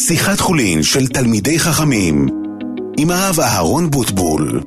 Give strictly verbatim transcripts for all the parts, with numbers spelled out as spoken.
שיחת חולין של תלמידי חכמים עם הרב אהרון בוטבול.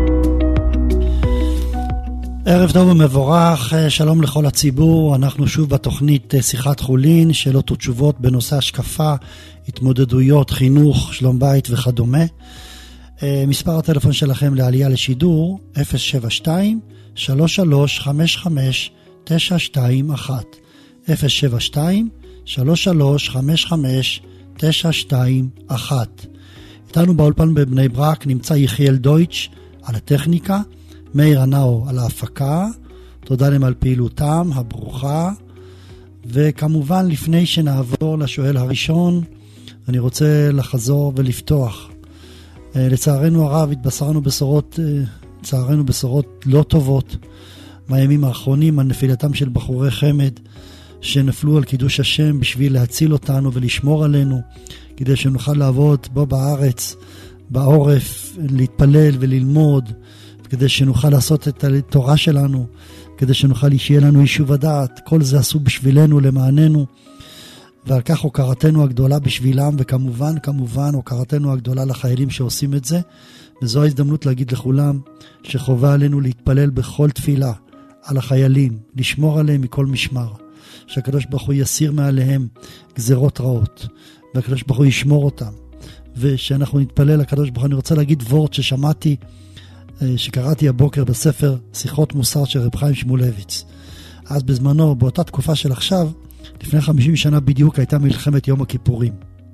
ערב טוב ומבורך, שלום לכל הציבור. אנחנו שוב בתוכנית שיחת חולין, שאלות ותשובות בנושא השקפה, התמודדויות, חינוך, שלום בית וכדומה. מספר הטלפון שלכם לעלייה לשידור אפס שבע שתיים שלוש שלוש חמש חמש תשע שתיים אחת אפס שבע שתיים שלוש שלוש חמש חמש תשע שתיים אחת. איתנו באולפן בבני ברק נמצא יחיאל דויטש על הטכניקה, מאיר הנאו על ההפקה. תודה להם על פעילותם הברוכה. וכמובן לפני שנעבור לשואל הראשון, אני רוצה לחזור ולפתוח. לצערנו הרב התבשרנו בשורות, לצערנו בשורות לא טובות מהימים האחרונים על נפילתם של בחורי חמד שנפלו על קידוש השם בשביל להציל אותנו ולשמור עלינו, כדי שנוכל לעבוד בו בארץ, בעורף, להתפלל וללמוד, כדי שנוכל לעשות את התורה שלנו, כדי שנוכל שיהיה לנו יישוב הדעת. כל זה עשו בשבילנו, למעננו, ועל כך הוקרתנו הגדולה בשבילם, וכמובן, כמובן, הוקרתנו הגדולה לחיילים שעושים את זה. וזו ההזדמנות להגיד לכולם שחובה עלינו להתפלל בכל תפילה על החיילים, לשמור עליהם מכל משמר, שהקדוש ברוך הוא יסיר מעליהם גזרות רעות, והקדוש ברוך הוא ישמור אותם, ושאנחנו נתפלל לקדוש ברוך הוא. אני רוצה להגיד וורט ששמעתי, שקראתי הבוקר בספר שיחות מוסר של רב חיים שמואלביץ. אז בזמנו, באותה תקופה של עכשיו, לפני חמישים שנה בדיוק, הייתה מלחמת יום הכיפורים.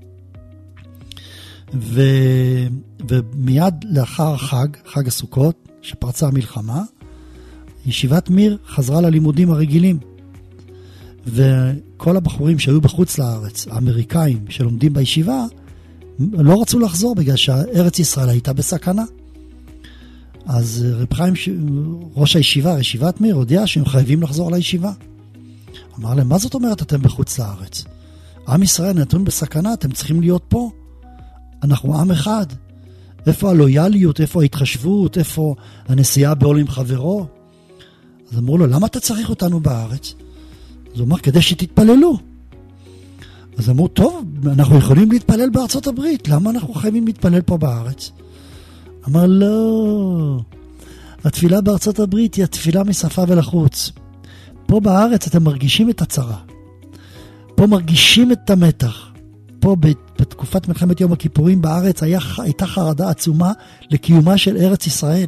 ו... ומיד לאחר חג, חג הסוכות, שפרצה המלחמה, ישיבת מיר חזרה ללימודים הרגילים. וכל הבחורים שהיו בחוץ לארץ, האמריקאים שלומדים בישיבה, לא רצו לחזור בגלל שהארץ ישראל הייתה בסכנה. אז רב חיים, ראש הישיבה, ישיבת מיר, הודיע שהם חייבים לחזור לישיבה. אמר להם, מה זאת אומרת אתם בחוץ לארץ? עם ישראל נתון בסכנה, אתם צריכים להיות פה. אנחנו עם אחד. איפה הלויאליות, איפה ההתחשבות, איפה הנסיעה בעול עם חברו? אז אמרו לו, למה אתה צריך אותנו בארץ? אז הוא אמר, כדי שתתפללו. אז אמרו, טוב, אנחנו יכולים להתפלל בארצות הברית, למה אנחנו חייבים להתפלל פה בארץ? אמר, לא, התפילה בארצות הברית היא התפילה משפה ולחוץ. פה בארץ אתם מרגישים את הצרה. פה מרגישים את המתח. פה בתקופת מלחמת יום הכיפורים בארץ היה, הייתה חרדה עצומה לקיומה של ארץ ישראל.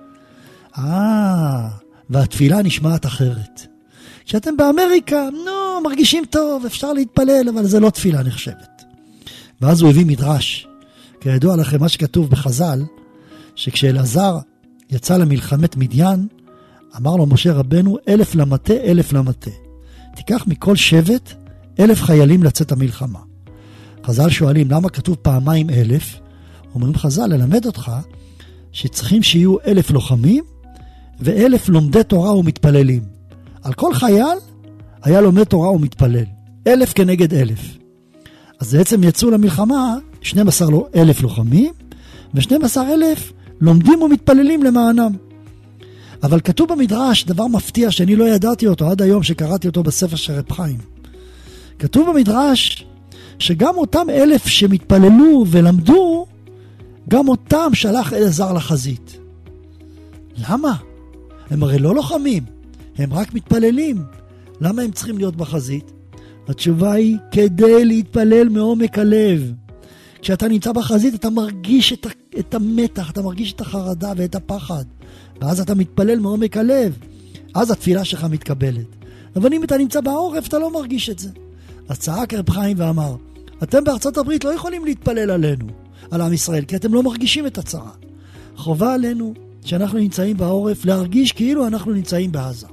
אה, והתפילה נשמעת אחרת. כשאתם באמריקה, נו, מרגישים טוב, אפשר להתפלל, אבל זה לא תפילה נחשבת. ואז הוא הביא מדרש. כידוע לכם מה שכתוב בחז"ל, שכשאלעזר יצא למלחמת מדיין, אמר לו משה רבנו, אלף למטה, אלף למטה. תיקח מכל שבט אלף חיילים לצאת המלחמה. חז"ל שואלים, למה כתוב פעמיים אלף? אומרים חז"ל, ללמד אותך שצריכים שיהיו אלף לוחמים, ואלף לומדי תורה ומתפללים. על כל חייל היה לומד תורה ומתפלל. אלף כנגד אלף. אז בעצם יצאו למלחמה שנים עשר אלף לוחמים, ו-שנים עשר אלף לומדים ומתפללים למענם. אבל כתוב במדרש דבר מפתיע שאני לא ידעתי אותו עד היום שקראתי אותו בספר של רב חיים. כתוב במדרש שגם אותם אלף שמתפללו ולמדו, גם אותם שלח אלעזר לחזית. למה? הם הרי לא לוחמים, הם רק מתפללים. למה הם צריכים להיות בחזית? התשובה היא כדי להתפלל מעומק הלב. כשאתה נמצא בחזית אתה מרגיש את, את המתח, אתה מרגיש את החרדה ואת הפחד. ואז אתה מתפלל מעומק הלב. אז התפילה שלך מתקבלת. אבל אם אתה נמצא בעורף אתה לא מרגיש את זה. אז צעק רב חיים ואמר, אתם בארצות הברית לא יכולים להתפלל עלינו, על עם ישראל, כי אתם לא מרגישים את הצרה. חובה עלינו שאנחנו נמצאים בעורף להרגיש כאילו אנחנו נמצאים בעזה.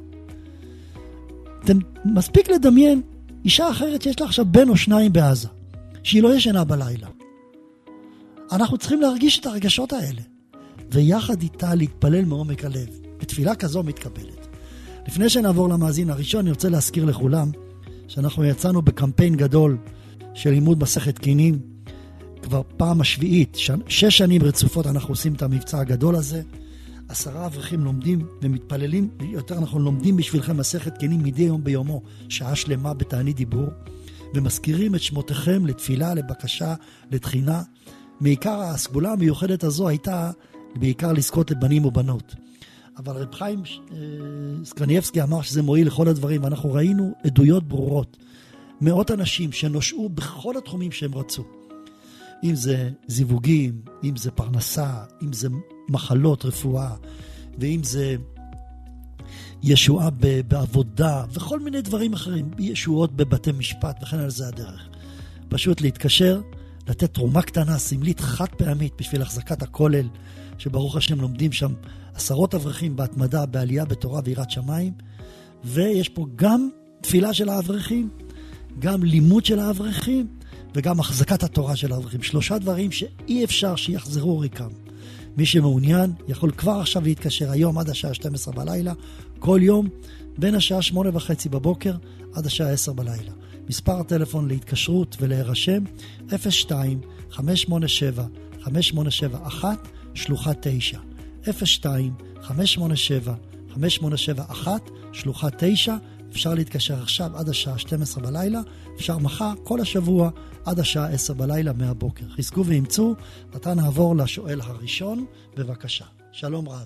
אתם מספיק לדמיין אישה אחרת שיש לה עכשיו בן או שניים בעזה, שהיא לא ישנה בלילה. אנחנו צריכים להרגיש את הרגשות האלה, ויחד איתה להתפלל מעומק הלב. בתפילה כזו מתקבלת. לפני שנעבור למאזין הראשון, אני רוצה להזכיר לכולם שאנחנו יצאנו בקמפיין גדול של לימוד מסכת קינים, כבר פעם השביעית, שש שנים רצופות אנחנו עושים את המבצע הגדול הזה. עשרה אברכים לומדים ומתפללים, יותר אנחנו לומדים בשבילכם מסכת קינים מדי יום ביומו, שעה שלמה בתענית דיבור, ומזכירים את שמותיכם לתפילה, לבקשה, לתחינה. מעיקר הסגולה המיוחדת הזו הייתה בעיקר לזכות לבנים ובנות. אבל רב חיים סקניאבסקי אמר שזה מועיל לכל הדברים, ואנחנו ראינו עדויות ברורות. מאות אנשים שנושעו בכל התחומים שהם רצו. אם זה זיווגים, אם זה פרנסה, אם זה מחלות, רפואה, ואם זה ישועה בעבודה, וכל מיני דברים אחרים, ישועות בבתי משפט, וכן על זה הדרך. פשוט להתקשר, לתת תרומה קטנה, סמלית, חד פעמית, בשביל החזקת הכולל, שברוך השם לומדים שם עשרות אברכים בהתמדה, בעלייה בתורה ויראת שמיים, ויש פה גם תפילה של האברכים, גם לימוד של האברכים, וגם החזקת התורה של האברכים. שלושה דברים שאי אפשר שיחזרו ריקם. מי שמעוניין יכול כבר עכשיו להתקשר היום עד השעה שתים עשרה בלילה, כל יום בין השעה שמונה וחצי בבוקר עד השעה עשר בלילה. מספר הטלפון להתקשרות ולהירשם אפס שתיים חמש שמונה שבע חמש שמונה שבע אחת שלוחה תשע אפס שתיים חמש שמונה שבע חמש שמונה שבע אחת שלוחה תשע. אפשר להתקשר עכשיו עד השעה שתים עשרה בלילה, אפשר מחר כל השבוע עד השעה עשר בלילה מהבוקר. חזקו ואמצו. עתה נעבור לשואל הראשון, בבקשה. שלום רב.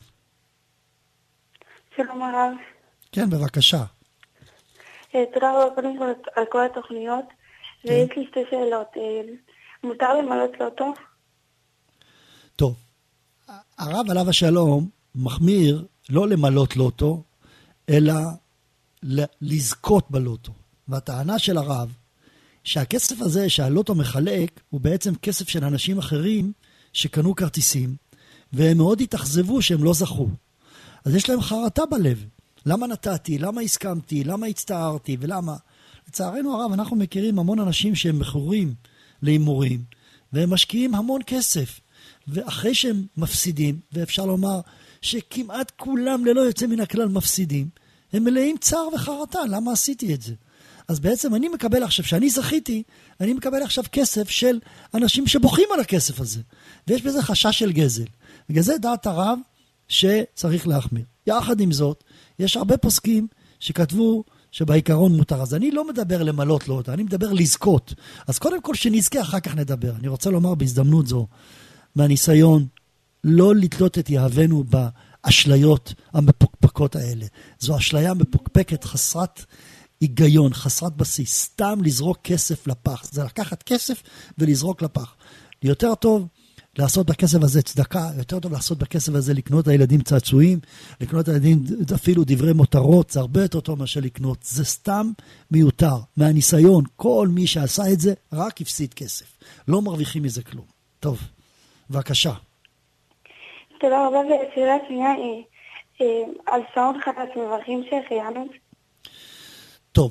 שלום הרב. כן, בבקשה. תודה רבה קודם כל על כל התוכניות, ויש לי שתי שאלות. מותר למלות לוטו? טוב, הרב עליו השלום מחמיר לא למלות לוטו, אלא לזכות בלוטו. והטענה של הרב, שהכסף הזה שהלוטו מחלק, הוא בעצם כסף של אנשים אחרים שקנו כרטיסים, והם מאוד התאכזבו שהם לא זכו. אז יש להם חרטה בלב. למה נתתי? למה הסכמתי? למה הצטערתי? ולמה? לצערנו הרב, אנחנו מכירים המון אנשים שהם מכורים להימורים, והם משקיעים המון כסף. ואחרי שהם מפסידים, ואפשר לומר שכמעט כולם ללא יוצא מן הכלל מפסידים, הם מלאים צער וחרטה, למה עשיתי את זה? אז בעצם אני מקבל עכשיו, שאני זכיתי, אני מקבל עכשיו כסף של אנשים שבוכים על הכסף הזה. ויש בזה חשש של גזל. בגלל זה דעת הרב שצריך להחמיר. יחד עם זאת, יש הרבה פוסקים שכתבו שבעיקרון מותר. אז אני לא מדבר למלות לו אותה, אני מדבר לזכות. אז קודם כל שנזכה, אחר כך נדבר. אני רוצה לומר בהזדמנות זו, מהניסיון, לא לתלות את יהבנו באשליות המפוקפקות האלה. זו אשליה מפוקפקת, חסרת היגיון, חסרת בסיס. סתם לזרוק כסף לפח. זה לקחת כסף ולזרוק לפח. יותר טוב לעשות בכסף הזה צדקה, יותר טוב לעשות בכסף הזה לקנות לילדים צעצועים, לקנות לילדים אפילו דברי מותרות, זה הרבה יותר טוב מאשר לקנות. זה סתם מיותר. מהניסיון, כל מי שעשה את זה רק הפסיד כסף. לא מרוויחים מזה כלום. טוב, בבקשה. תודה רבה. ושאלה שנייה, על שעון חדש מברכים שהחיינו? טוב,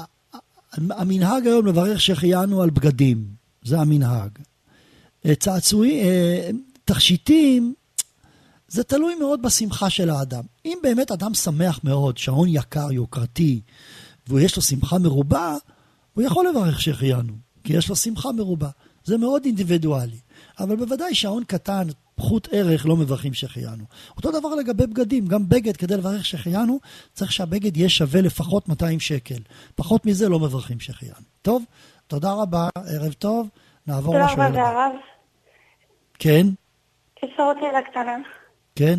המנהג היום לברך שהחיינו על בגדים, זה המנהג. צעצועים, תכשיטים, זה תלוי מאוד בשמחה של האדם. אם באמת אדם שמח מאוד, שעון יקר, יוקרתי, ויש לו שמחה מרובה, הוא יכול לברך שהחיינו, כי יש לו שמחה מרובה. זה מאוד אינדיבידואלי. אבל בוודאי שעון קטן, פחות ערך, לא מברכים שהחיינו. אותו דבר לגבי בגדים, גם בגד כדי לברך שהחיינו, צריך שהבגד יהיה שווה לפחות מאתיים שקל. פחות מזה לא מברכים שהחיינו. טוב, תודה רבה, ערב טוב. נעבור לשואל הבא. תודה רבה, הרב. כן? אפשר עוד שאלה קטנה. כן?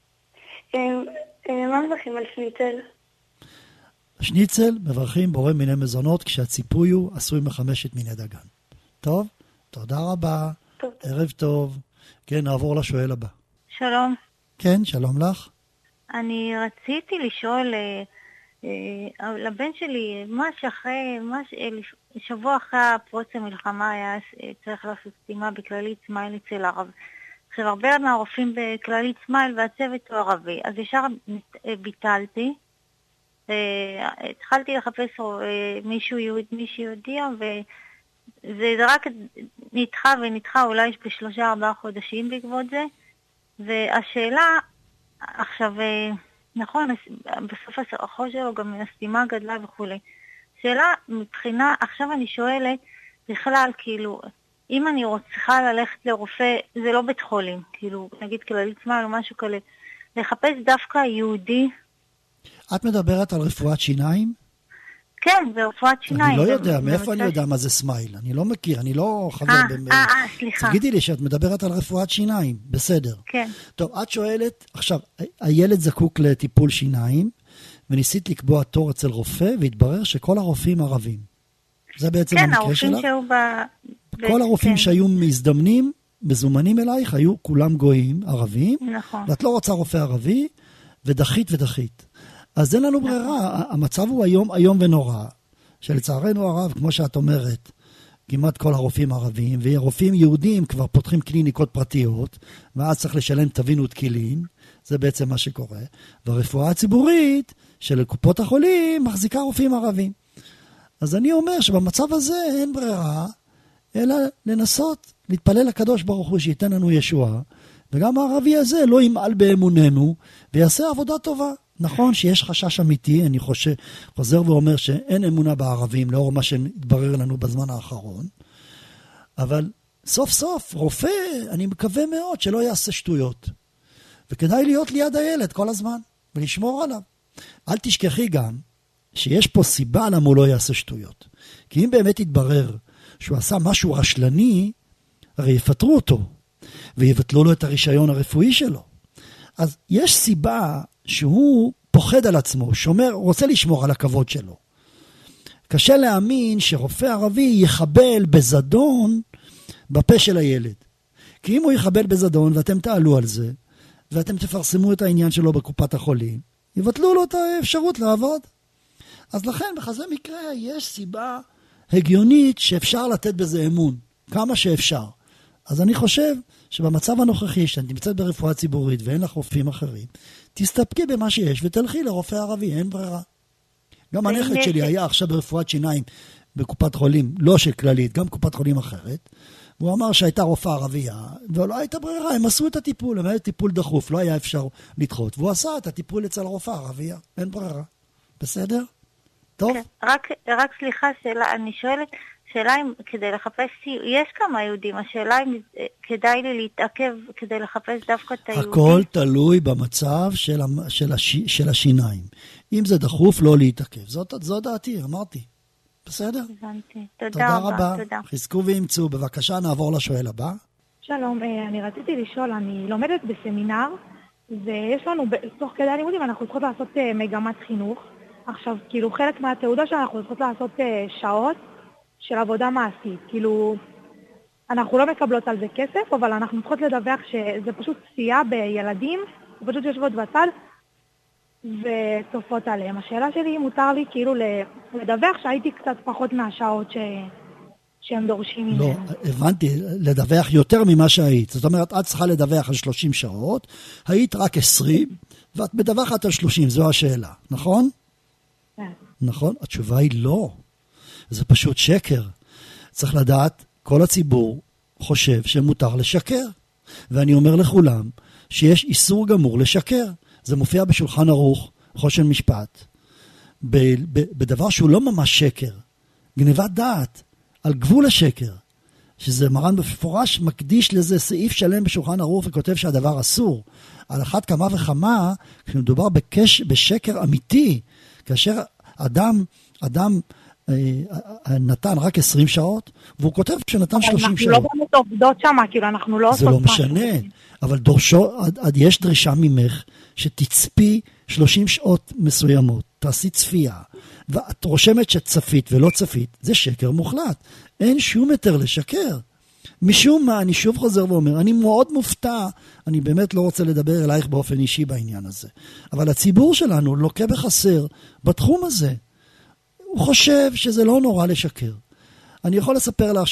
מה מברכים על שניצל? שניצל מברכים בורא מיני מזונות, כשהציפוי הוא עשוי מחמשת מיני דגן. טוב? תודה רבה. טוב. ערב טוב. כן, נעבור לשואל הבא. שלום. כן, שלום לך. אני רציתי לשאול אה, אה, לבן שלי, מה שאחרי, מה ש... שבוע אחרי פרוץ המלחמה היה צריך לעשות סתימה בכללית סמייל אצל ערב. עכשיו, הרבה מהרופאים בכללית סמייל והצוות הוא ערבי, אז ישר ביטלתי. אה, התחלתי לחפש אה, מישהו יהוד, מישהו יהודיה, וזה רק נדחה ונדחה אולי בשלושה ארבעה חודשים בעקבות זה. והשאלה, עכשיו, נכון, בסוף הסרחו שלו גם הסתימה גדלה וכו'. שאלה מבחינה, עכשיו אני שואלת, בכלל, כאילו, אם אני צריכה ללכת לרופא, זה לא בית חולים, כאילו, נגיד כללית סמייל או משהו כאלה, לחפש דווקא יהודי. את מדברת על רפואת שיניים? כן, זה רפואת שיניים. אני לא יודע, מאיפה אני יודע מה זה סמייל? אני לא מכיר, אני לא חבר... אה, אה, סליחה. תגידי לי שאת מדברת על רפואת שיניים, בסדר. כן. טוב, את שואלת, עכשיו, הילד זקוק לטיפול שיניים, וניסית לקבוע תור אצל רופא, והתברר שכל הרופאים ערבים. זה בעצם המקרה שלה. כן, הרופאים שהיו ב... כל הרופאים שהיו מזדמנים, מזומנים אלייך, היו כולם גויים, ערבים. נכון. ואת לא רוצה רופא ערבי, ודחית ודחית. אז אין לנו ברירה, המצב הוא היום, היום ונורא, שלצערנו הרב, כמו שאת אומרת, כמעט כל הרופאים ערבים, ורופאים יהודים כבר פותחים קליניקות פרטיות, ואז צריך לשלם תבינות כלים, זה בעצם מה שקורה, והרפואה הציבורית של קופות החולים מחזיקה רופאים ערבים. אז אני אומר שבמצב הזה אין ברירה, אלא לנסות להתפלל לקדוש ברוך הוא שייתן לנו ישועה, וגם הערבי הזה לא ימעל באמוננו, ויעשה עבודה טובה. נכון שיש חשש אמיתי, אני חושב, חוזר ואומר שאין אמונה בערבים, לאור מה שהתברר לנו בזמן האחרון, אבל סוף סוף, רופא, אני מקווה מאוד שלא יעשה שטויות. וכדאי להיות ליד הילד כל הזמן, ולשמור עליו. אל תשכחי גם, שיש פה סיבה למה הוא לא יעשה שטויות. כי אם באמת יתברר שהוא עשה משהו רשלני, הרי יפטרו אותו, ויבטלו לו את הרישיון הרפואי שלו. אז יש סיבה שהוא פוחד על עצמו, שומר, רוצה לשמור על הכבוד שלו. קשה להאמין שרופא ערבי יחבל בזדון בפה של הילד. כי אם הוא יחבל בזדון, ואתם תעלו על זה, ואתם תפרסמו את העניין שלו בקופת החולים, יבטלו לו את האפשרות לעבוד. אז לכן, בכזה מקרה, יש סיבה הגיונית שאפשר לתת בזה אמון, כמה שאפשר. אז אני חושב שבמצב הנוכחי, שאני נמצאת ברפואה ציבורית ואין לך רופאים אחרים, תסתפקי במה שיש ותלכי לרופא ערבי, אין ברירה. גם הנכד שלי היה עכשיו ברפואת שיניים בקופת חולים, לא של כללית, גם קופת חולים אחרת, והוא אמר שהייתה רופאה ערבייה, ולא הייתה ברירה, הם עשו את הטיפול, הם היה טיפול דחוף, לא היה אפשר לדחות, והוא עשה את הטיפול אצל הרופאה ערבייה, אין ברירה. בסדר? טוב? רק, רק סליחה, שאלה, אני שואלת, שאלה אם כדי לחפש, יש כמה יהודים, השאלה אם כדאי לי להתעכב כדי לחפש דווקא את היהודים. הכל תלוי במצב של, של, הש, של השיניים. אם זה דחוף, לא להתעכב. זאת, זאת דעתי, אמרתי. בסדר? הבנתי. תודה, תודה רבה. רבה. תודה. חזקו ואמצו. בבקשה, נעבור לשואל הבא. שלום, אני רציתי לשאול, אני לומדת בסמינר, ויש לנו, תוך כדי הלימודים, אנחנו צריכות לעשות מגמת חינוך. עכשיו, כאילו, חלק מהתעודה שאנחנו צריכות לעשות שעות של עבודה מעשית. כאילו, אנחנו לא מקבלות על זה כסף, אבל אנחנו צריכות לדווח שזה פשוט צפייה בילדים, ופשוט יושבות בצד וצופות עליהם. השאלה שלי, מותר לי כאילו לדווח שהייתי קצת פחות מהשעות ש... שהם דורשים ממנו. לא, הבנתי, לדווח יותר ממה שהיית. זאת אומרת, את צריכה לדווח על שלושים שעות, היית רק עשרים, ואת מדווחת על שלושים, זו השאלה, נכון? כן. נכון? התשובה היא לא. זה פשוט שקר. צריך לדעת, כל הציבור חושב שמותר לשקר. ואני אומר לכולם, שיש איסור גמור לשקר. זה מופיע בשולחן ערוך, חושן משפט, ב- ב- בדבר שהוא לא ממש שקר. גניבת דעת, על גבול השקר. שזה מרן בפורש מקדיש לזה סעיף שלם בשולחן ערוך וכותב שהדבר אסור. על אחת כמה וכמה, כשמדובר בקש, בשקר אמיתי, כאשר אדם, אדם אה, נתן רק עשרים שעות, והוא כותב שנתן שלושים שעות. אנחנו לא באמת עובדות שם, כאילו אנחנו לא עושות זה לא משנה, אבל דורשו, עד, עד יש דרישה ממך שתצפי שלושים שעות מסוימות, תעשי צפייה, ואת רושמת שצפית ולא צפית, זה שקר מוחלט. אין שום יותר לשקר. משום מה, אני שוב חוזר ואומר, אני מאוד מופתע, אני באמת לא רוצה לדבר אלייך באופן אישי בעניין הזה, אבל הציבור שלנו לוקה בחסר בתחום הזה. הוא חושב שזה לא נורא לשקר. אני יכול לספר לך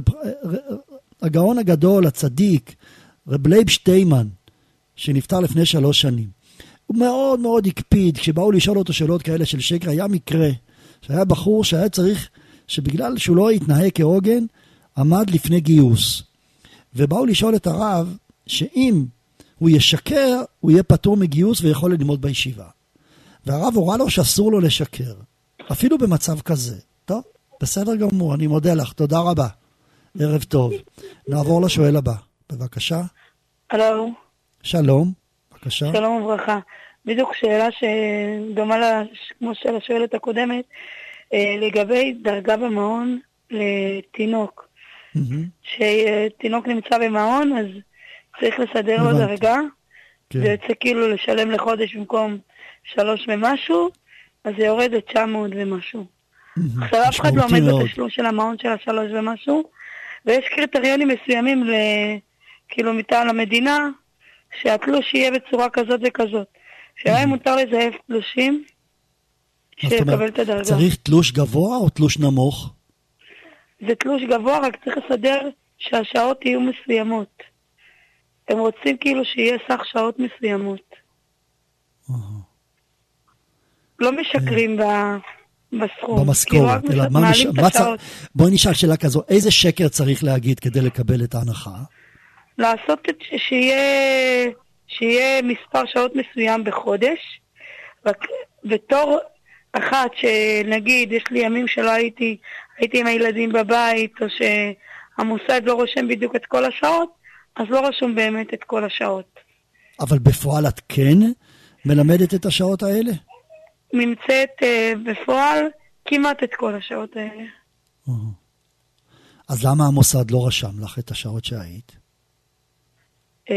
שהגאון הגדול, הצדיק, רב לייב שטיימן, שנפטר לפני שלוש שנים, הוא מאוד מאוד הקפיד, כשבאו לשאול אותו שאלות כאלה של שקר, היה מקרה, שהיה בחור שהיה צריך, שבגלל שהוא לא התנהג כהוגן, עמד לפני גיוס. ובאו לשאול את הרב, שאם הוא ישקר, הוא יהיה פטור מגיוס ויכול ללמוד בישיבה. והרב הורה לו שאסור לו לשקר, אפילו במצב כזה. טוב, בסדר גמור, אני מודה לך, תודה רבה. ערב טוב. נעבור לשואל הבא, בבקשה. הלו. שלום, בבקשה. שלום וברכה. בדיוק שאלה שדומה לה, כמו של השואלת הקודמת, לגבי דרגה במעון לתינוק. כשתינוק נמצא במעון, אז צריך לסדר לו דרגה, זה יוצא כאילו לשלם לחודש במקום שלוש ומשהו, אז זה יורד את תשע מאות ומשהו. עכשיו אף אחד לא עומד בתשלום של המעון של השלוש ומשהו, ויש קריטריונים מסוימים כאילו מטעם המדינה, שהתלוש יהיה בצורה כזאת וכזאת. שאולי מותר לזייף תלושים, שיקבל את הדרגה. צריך תלוש גבוה או תלוש נמוך? זה תלוש גבוה, רק צריך לסדר שהשעות יהיו מסוימות. הם רוצים כאילו שיהיה סך שעות מסוימות. לא משקרים בסכום. במשכורת, אלא מה נשאל? בואי נשאל שאלה כזו, איזה שקר צריך להגיד כדי לקבל את ההנחה? לעשות שיהיה מספר שעות מסוים בחודש, בתור אחת שנגיד, יש לי ימים שלא הייתי, הייתי עם הילדים בבית, או שהמוסד לא רושם בדיוק את כל השעות, אז לא רשום באמת את כל השעות. אבל בפועל את כן מלמדת את השעות האלה? נמצאת uh, בפועל כמעט את כל השעות האלה. Uh-huh. אז למה המוסד לא רשם לך את השעות שהיית? Uh,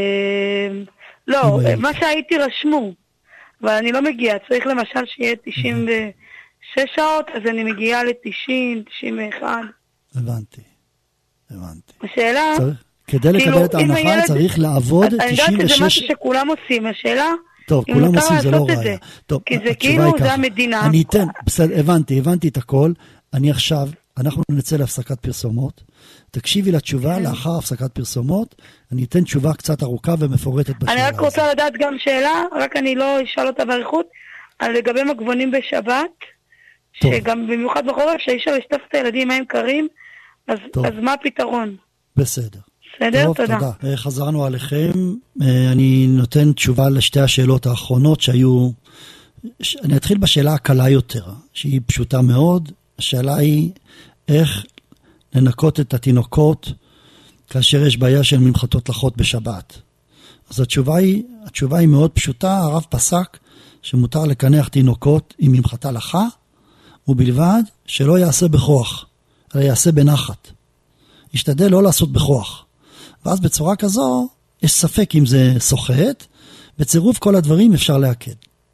לא, מה שהייתי רשמו, אבל אני לא מגיעה. צריך למשל שיהיה תשעים ושש שעות, אז אני מגיעה ל-תשעים, תשעים ואחת. הבנתי, הבנתי. השאלה... צריך, כדי לקבל את ההנחה הילד, צריך לעבוד תשעים ושש... אני יודעת שזה משהו שכולם עושים, השאלה... טוב, כולם עושים, זה לא ראיה. טוב, כי זה כאילו, זה המדינה. אני אתן, בסדר, הבנתי, הבנתי את הכל. אני עכשיו, אנחנו נצא להפסקת פרסומות. תקשיבי לתשובה, לאחר הפסקת פרסומות, אני אתן תשובה קצת ארוכה ומפורטת בשאלה. אני רק רוצה לדעת גם שאלה, רק אני לא אשאל אותה בעריכות, לגבי מגבונים בשבת, שגם במיוחד בחורף, שאי אפשר לשטוף את הילדים מים קרים, אז מה הפתרון? בסדר. בסדר, טוב, תודה. תודה. חזרנו עליכם. אני נותן תשובה לשתי השאלות האחרונות שהיו... אני אתחיל בשאלה הקלה יותר, שהיא פשוטה מאוד. השאלה היא איך לנקות את התינוקות כאשר יש בעיה של ממחטות לחות בשבת. אז התשובה היא, התשובה היא מאוד פשוטה. הרב פסק שמותר לקנח תינוקות עם ממחטה לחה, ובלבד שלא יעשה בכוח, אלא יעשה בנחת. ישתדל לא לעשות בכוח. ואז בצורה כזו, יש ספק אם זה סוחט, בצירוף כל הדברים אפשר להקד.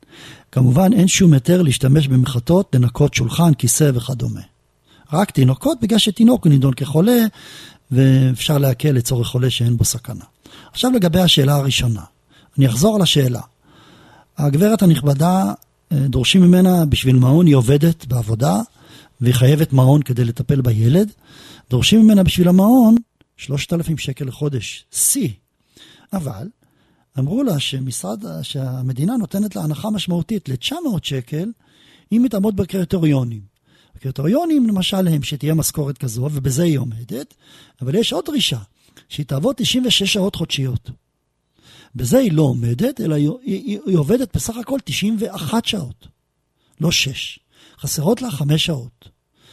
כמובן אין שום היתר להשתמש במחטות, לנקות שולחן, כיסא וכדומה. רק תינוקות, בגלל שתינוק הוא נידון כחולה, ואפשר להקל לצורך חולה שאין בו סכנה. עכשיו לגבי השאלה הראשונה. אני אחזור על השאלה. הגברת הנכבדה, דורשים ממנה בשביל מעון, היא עובדת בעבודה, והיא חייבת מעון כדי לטפל בילד. דורשים ממנה בשביל המעון, שלושת אלפים שקל לחודש, C. אבל אמרו לה שמשרד, שהמדינה נותנת לה הנחה משמעותית ל-תשע מאות שקל, אם היא תעמוד בקריטריונים. הקריטריונים למשל הם שתהיה משכורת כזו, ובזה היא עומדת, אבל יש עוד דרישה, שהיא תעבוד תשעים ושש שעות חודשיות. בזה היא לא עומדת, אלא היא, היא, היא עובדת בסך הכל תשעים ואחת שעות, לא שש. חסרות לה חמש שעות.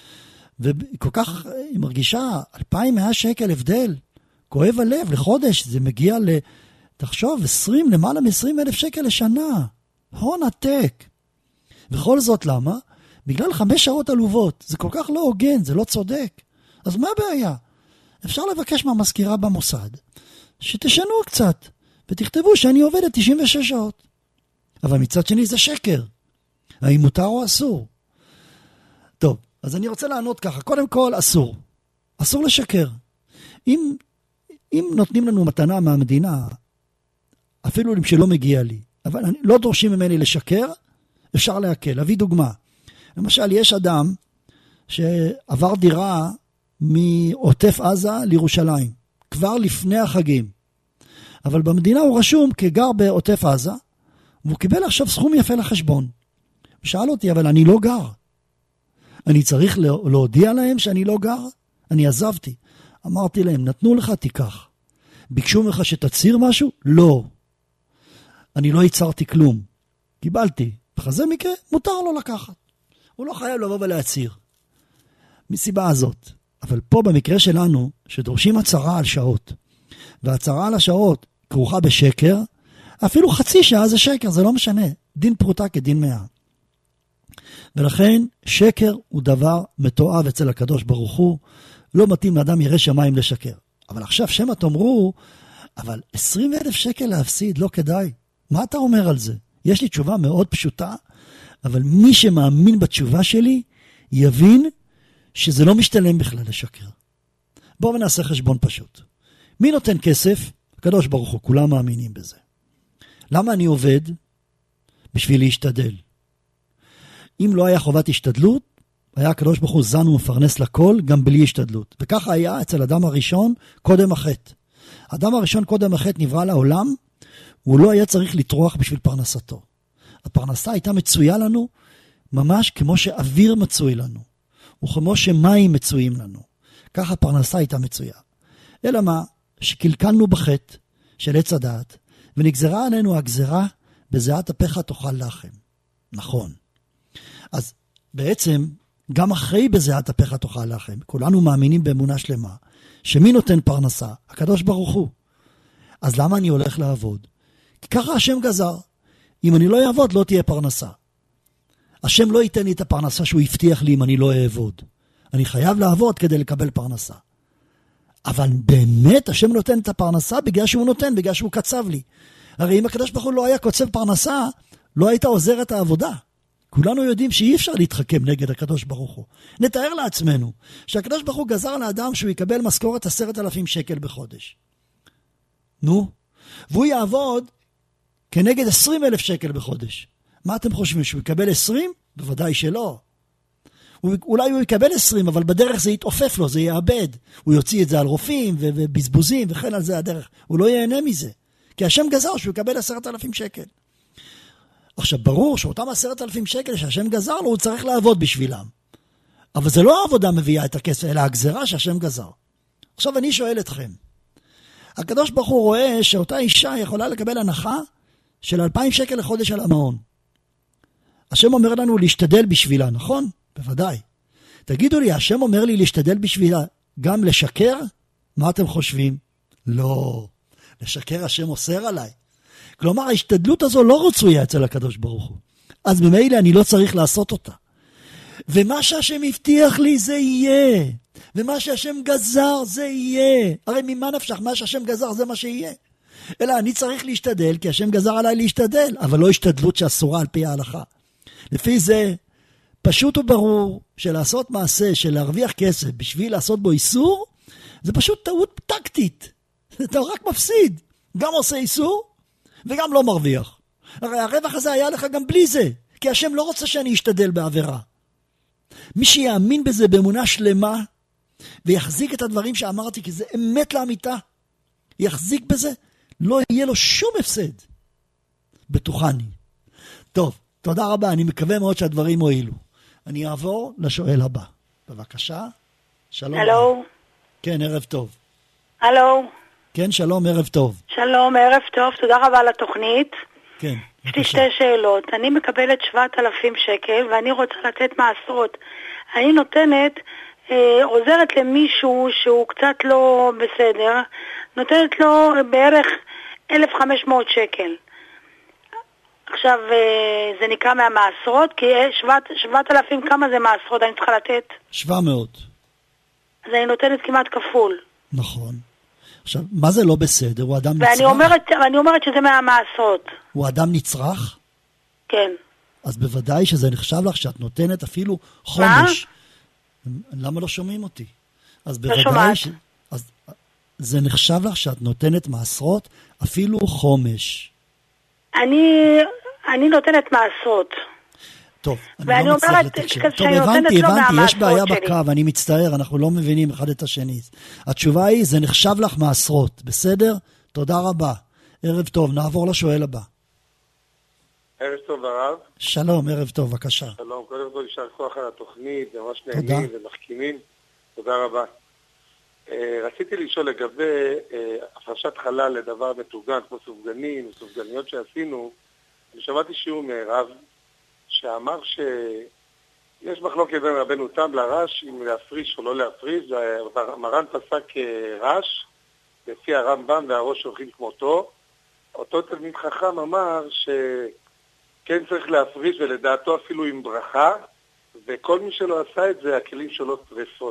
וכל כך היא מרגישה אלפיים ומאה שקל הבדל, כואב הלב לחודש, זה מגיע ל... תחשוב, עשרים, למעלה מ-עשרים אלף שקל לשנה. הון עתק. וכל זאת למה? בגלל חמש שעות עלובות. זה כל כך לא הוגן, זה לא צודק. אז מה הבעיה? אפשר לבקש מהמזכירה במוסד, שתשנו קצת, ותכתבו שאני עובדת תשעים ושש שעות. אבל מצד שני זה שקר. האם מותר או אסור? טוב, אז אני רוצה לענות ככה. קודם כל, אסור. אסור לשקר. אם, אם נותנים לנו מתנה מהמדינה, אפילו אם שלא מגיע לי, אבל אני, לא דורשים ממני לשקר, אפשר להקל. אביא דוגמה. למשל, יש אדם שעבר דירה מעוטף עזה לירושלים, כבר לפני החגים. אבל במדינה הוא רשום כגר בעוטף עזה, והוא קיבל עכשיו סכום יפה לחשבון. שאל אותי, אבל אני לא גר. אני צריך להודיע להם שאני לא גר? אני עזבתי. אמרתי להם, נתנו לך, תיקח. ביקשו ממך שתצהיר משהו? לא. אני לא ייצרתי כלום. קיבלתי. בכזה מקרה, מותר לו לקחת. הוא לא חייב לבוא ולהצהיר. מסיבה הזאת. אבל פה במקרה שלנו, שדורשים הצהרה על שעות, והצהרה על השעות כרוכה בשקר, אפילו חצי שעה זה שקר, זה לא משנה. דין פרוטה כדין מאה. ולכן שקר הוא דבר מתועב אצל הקדוש ברוך הוא, לא מתאים לאדם ירא שמיים לשקר. אבל עכשיו שמא תאמרו, אבל עשרים אלף שקל להפסיד לא כדאי. מה אתה אומר על זה? יש לי תשובה מאוד פשוטה, אבל מי שמאמין בתשובה שלי יבין שזה לא משתלם בכלל לשקר. בואו נעשה חשבון פשוט. מי נותן כסף? הקדוש ברוך הוא, כולם מאמינים בזה. למה אני עובד? בשביל להשתדל. אם לא היה חובת השתדלות, היה הקדוש ברוך הוא זן ומפרנס לכל, גם בלי השתדלות. וככה היה אצל אדם הראשון קודם החטא. האדם הראשון קודם החטא נברא לעולם, הוא לא היה צריך לטרוח בשביל פרנסתו. הפרנסה הייתה מצויה לנו, ממש כמו שאוויר מצוי לנו, וכמו שמים מצויים לנו. ככה הפרנסה הייתה מצויה. אלא מה? שקלקלנו בחטא של עץ הדעת, ונגזרה עלינו הגזרה, בזיעת אפיך תאכל לחם. נכון. אז בעצם, גם אחרי בזיעת אפיך תאכל לחם, כולנו מאמינים באמונה שלמה, שמי נותן פרנסה? הקדוש ברוך הוא. אז למה אני הולך לעבוד? כי ככה השם גזר. אם אני לא אעבוד, לא תהיה פרנסה. השם לא ייתן לי את הפרנסה שהוא הבטיח לי אם אני לא אעבוד. אני חייב לעבוד כדי לקבל פרנסה. אבל באמת השם נותן את הפרנסה בגלל שהוא נותן, בגלל שהוא קצב לי. הרי אם הקדוש ברוך הוא לא היה קוצב פרנסה, לא הייתה עוזרת העבודה. כולנו יודעים שאי אפשר להתחכם נגד הקדוש ברוך הוא. נתאר לעצמנו שהקדוש ברוך הוא גזר לאדם שהוא יקבל משכורת עשרת אלפים שקל בחודש. נו, והוא יעבוד כנגד עשרים אלף שקל בחודש. מה אתם חושבים, שהוא יקבל עשרים? בוודאי שלא. הוא, אולי הוא יקבל עשרים, אבל בדרך זה יתעופף לו, זה יאבד. הוא יוציא את זה על רופאים ובזבוזים וכן על זה הדרך. הוא לא ייהנה מזה. כי השם גזר שהוא יקבל עשרת אלפים שקל. עכשיו, ברור שאותם עשרת אלפים שקל שהשם גזר לו, הוא צריך לעבוד בשבילם. אבל זה לא העבודה מביאה את הכסף, אלא הגזרה שהשם גזר. עכשיו אני שואל אתכם, הקדוש ברוך הוא רואה שאותה אישה יכולה לקבל הנחה של אלפיים שקל לחודש על המעון. השם אומר לנו להשתדל בשבילה, נכון? בוודאי. תגידו לי, השם אומר לי להשתדל בשבילה גם לשקר? מה אתם חושבים? לא. לשקר השם אוסר עליי. כלומר, ההשתדלות הזו לא רצויה אצל הקדוש ברוך הוא. אז ממילא אני לא צריך לעשות אותה. ומה שהשם הבטיח לי זה יהיה. ומה שהשם גזר זה יהיה. הרי ממה נפשך? מה שהשם גזר זה מה שיהיה. אלא אני צריך להשתדל, כי השם גזר עליי להשתדל, אבל לא השתדלות שאסורה על פי ההלכה. לפי זה, פשוט וברור שלעשות מעשה, של להרוויח כסף בשביל לעשות בו איסור, זה פשוט טעות טקטית. אתה רק מפסיד. גם עושה איסור, וגם לא מרוויח. הרי הרווח הזה היה לך גם בלי זה, כי השם לא רוצה שאני אשתדל בעבירה. מי שיאמין בזה באמונה שלמה, ויחזיק את הדברים שאמרתי, כי זה אמת לאמיתה, יחזיק בזה, לא יהיה לו שום הפסד. בטוחני. טוב, תודה רבה, אני מקווה מאוד שהדברים הועילו. אני אעבור לשואל הבא. בבקשה. שלום. הלו. כן, ערב טוב. הלו. כן, שלום, ערב טוב. שלום, ערב טוב, תודה רבה על התוכנית. כן, יש לי שתי שאלות. אני מקבלת שבעת אלפים שקל ואני רוצה לתת מעשרות. אני נותנת, אה, עוזרת למישהו שהוא קצת לא בסדר, נותנת לו בערך אלף וחמש מאות שקל. עכשיו, אה, זה נקרא מהמעשרות, כי שבעת אלפים כמה זה מעשרות אני צריכה לתת? שבע מאות. אז אני נותנת כמעט כפול. נכון. עכשיו, מה זה לא בסדר? הוא אדם נצרך? ואני אומרת, ואני אומרת שזה מהמעשרות. הוא אדם נצרך? כן. אז בוודאי שזה נחשב לך שאת נותנת אפילו חומש. מה? למה לא שומעים אותי? אז בוודאי לא שומעת. ש... אז זה נחשב לך שאת נותנת מעשרות אפילו חומש. אני, אני נותנת מעשרות. טוב, אני ואני לא מצליח אומרת, לתקשר. שאני טוב, נותנת הבנתי, לו הבנתי, יש בעיה מהמעשרות שלי. בקו, אני מצטער, אנחנו לא מבינים אחד את השני. התשובה היא, זה נחשב לך מעשרות, בסדר? תודה רבה. ערב טוב, נעבור לשואל הבא. ערב טוב הרב. שלום, ערב טוב, בבקשה. שלום, קודם כל יישר כוח על התוכנית, ממש נהנים ומחכימים. תודה רבה. רציתי לשאול לגבי הפרשת חלל לדבר מטוגן, כמו סופגנים וסופגניות שעשינו. אני שמעתי שיעור מהרב שאמר שיש מחלוקת בין רבנו תם לרש אם להפריש או לא להפריש, מרן פסק רש, לפי הרמב"ם והראש הולכים כמותו. אותו תלמיד חכם אמר כן צריך להפריש, ולדעתו אפילו עם ברכה, וכל מי שלא עשה את זה, הכלים שלו טרפות.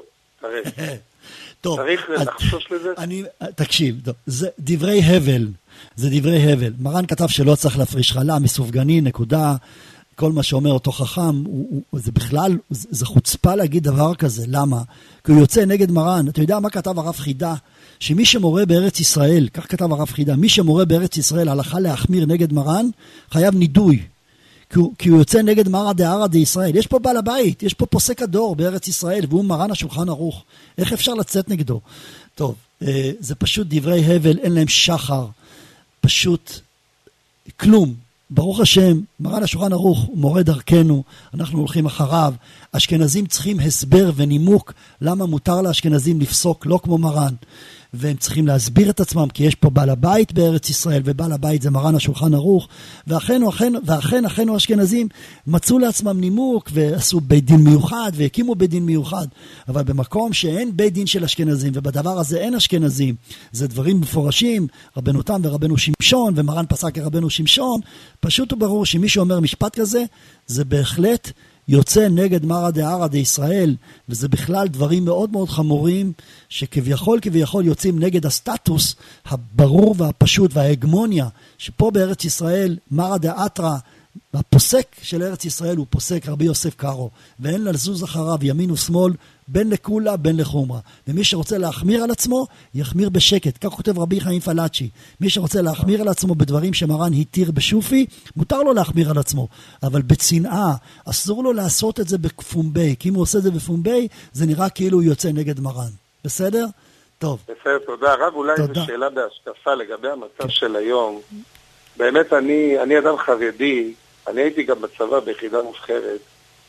טוב, צריך לחשוש לזה? אני, תקשיב, זה דברי הבל, זה דברי הבל. מרן כתב שלא צריך להפריש חלה, מסופגני, נקודה, כל מה שאומר אותו חכם, הוא, הוא, זה בכלל, זה, זה חוצפה להגיד דבר כזה, למה? כי הוא יוצא נגד מרן. אתה יודע מה כתב הרב חידה? שמי שמורה בארץ ישראל, כך כתב הרב חידה, מי שמורה בארץ ישראל הלכה להחמיר נגד מרן, חייב נידוי. כי הוא, כי הוא יוצא נגד מרא דארעא דישראל. יש פה בעל הבית, יש פה פוסק הדור בארץ ישראל, והוא מרן השולחן ערוך. איך אפשר לצאת נגדו? טוב, זה פשוט דברי הבל, אין להם שחר. פשוט כלום. ברוך השם, מרן השולחן ערוך הוא מורה דרכנו, אנחנו הולכים אחריו. אשכנזים צריכים הסבר ונימוק למה מותר לאשכנזים לפסוק לא כמו מרן. והם צריכים להסביר את עצמם, כי יש פה בעל הבית בארץ ישראל, ובעל הבית זה מרן השולחן ערוך, ואכן, ואכן, ואכן, אכן, האשכנזים מצאו לעצמם נימוק, ועשו בית דין מיוחד, והקימו בית דין מיוחד, אבל במקום שאין בית דין של אשכנזים, ובדבר הזה אין אשכנזים, זה דברים מפורשים, רבנו תם ורבנו שמשון, ומרן פסק כרבנו שמשון, פשוט וברור שמי שאומר משפט כזה, זה בהחלט יוצא נגד מרא דארעא דישראל, וזה בכלל דברים מאוד מאוד חמורים, שכביכול כביכול יוצאים נגד הסטטוס הברור והפשוט וההגמוניה, שפה בארץ ישראל מרא דאתרא, הפוסק של ארץ ישראל הוא פוסק רבי יוסף קארו, ואין לזוז אחריו ימין ושמאל, בין לקולה בין לחומרה. ומי שרוצה להחמיר על עצמו, יחמיר בשקט. כך כותב רבי חיים פלאצ'י. מי שרוצה להחמיר על עצמו בדברים שמרן התיר בשופי, מותר לו להחמיר על עצמו. אבל בצנעה, אסור לו לעשות את זה בפומבי. כי אם הוא עושה את זה בפומבי, זה נראה כאילו הוא יוצא נגד מרן. בסדר? טוב. בסדר, תודה. רב, אולי זו שאלה בהשקפה לגבי המצב של היום. באמת, אני, אני אדם חרדי, אני הייתי גם בצבא ביחידה מובחרת,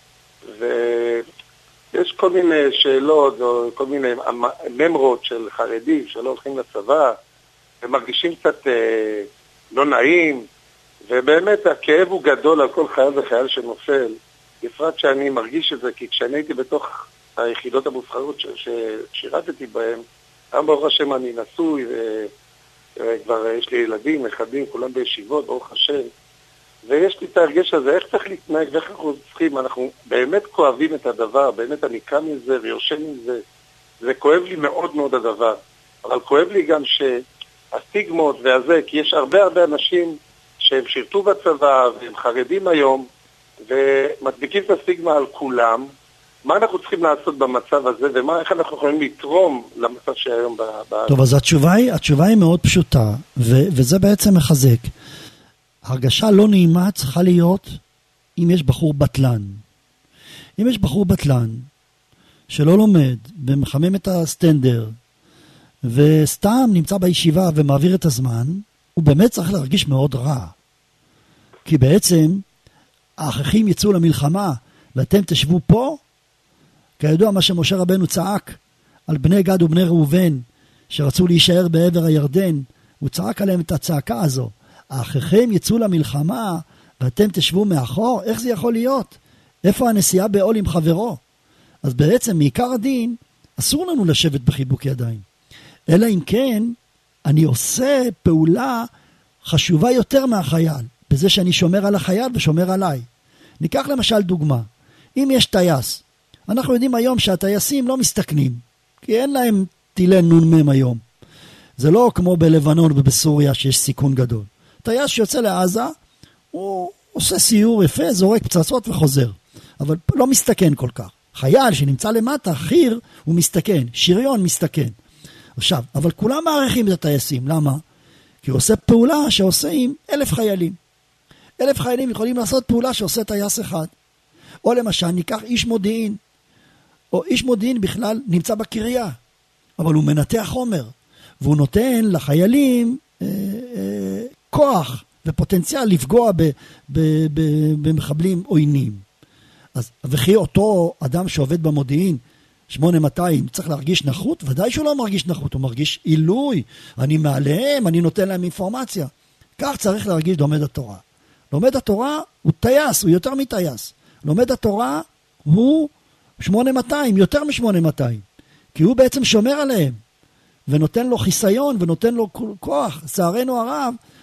ויש כל מיני שאלות או כל מיני ממרות של חרדים שלא הולכים לצבא, ומרגישים קצת אה, לא נעים, ובאמת הכאב הוא גדול על כל חייל וחייל שנופל, בפרט שאני מרגיש את זה, כי כשאני הייתי בתוך היחידות המובחרות ששירתתי בהן, גם ברוך השם אני נשוי, וכבר יש לי ילדים, נכדים, כולם בישיבות, ברוך השם, ויש לי את ההרגש הזה, איך צריך להתנהג ואיך אנחנו צריכים, אנחנו באמת כואבים את הדבר, באמת אני קם מזה ויושן מזה, זה כואב לי מאוד מאוד הדבר, אבל כואב לי גם שהסטיגמות והזה, כי יש הרבה הרבה אנשים שהם שירתו בצבא והם חרדים היום, ומדביקים את הסטיגמה על כולם, מה אנחנו צריכים לעשות במצב הזה, ומה, איך אנחנו יכולים לתרום למצב שהיום ב... טוב, אז התשובה היא, התשובה היא מאוד פשוטה, ו- וזה בעצם מחזק. הרגשה לא נעימה צריכה להיות אם יש בחור בטלן. אם יש בחור בטלן שלא לומד ומחמם את הסטנדר וסתם נמצא בישיבה ומעביר את הזמן, הוא באמת צריך להרגיש מאוד רע. כי בעצם האחים יצאו למלחמה ואתם תשבו פה, כידוע מה שמשה רבנו צעק על בני גד ובני ראובן שרצו להישאר בעבר הירדן, הוא צעק עליהם את הצעקה הזו. האחיכם יצאו למלחמה ואתם תשבו מאחור, איך זה יכול להיות? איפה הנסיעה בעול עם חברו? אז בעצם מעיקר הדין אסור לנו לשבת בחיבוק ידיים, אלא אם כן אני עושה פעולה חשובה יותר מהחייל, בזה שאני שומר על החייל ושומר עליי. ניקח למשל דוגמה, אם יש טייס, אנחנו יודעים היום שהטייסים לא מסתכנים, כי אין להם טילי נ"מ היום. זה לא כמו בלבנון ובסוריה שיש סיכון גדול. טייס שיוצא לעזה, הוא עושה סיור יפה, זורק פצצות וחוזר. אבל לא מסתכן כל כך. חייל שנמצא למטה, חיר, הוא מסתכן. שריון מסתכן. עכשיו, אבל כולם מעריכים את הטייסים. למה? כי הוא עושה פעולה שעושה עם אלף חיילים. אלף חיילים יכולים לעשות פעולה שעושה טייס אחד. או למשל, ניקח איש מודיעין. או איש מודיעין בכלל נמצא בקריה. אבל הוא מנתח חומר. והוא נותן לחיילים אה, אה, כוח ופוטנציאל לפגוע ב, ב, ב, במחבלים עוינים. אז וכי אותו אדם שעובד במודיעין, שמונה מאתיים, צריך להרגיש נחות? ודאי שהוא לא מרגיש נחות, הוא מרגיש עילוי. אני מעליהם, אני נותן להם אינפורמציה. כך צריך להרגיש לומד התורה. לומד התורה הוא טייס, הוא יותר מטייס. לומד התורה הוא שמונה מאתיים, יותר מ-שמונה מאתיים. כי הוא בעצם שומר עליהם. ונותן לו חיסיון, ונותן לו כוח. צערנו הרב,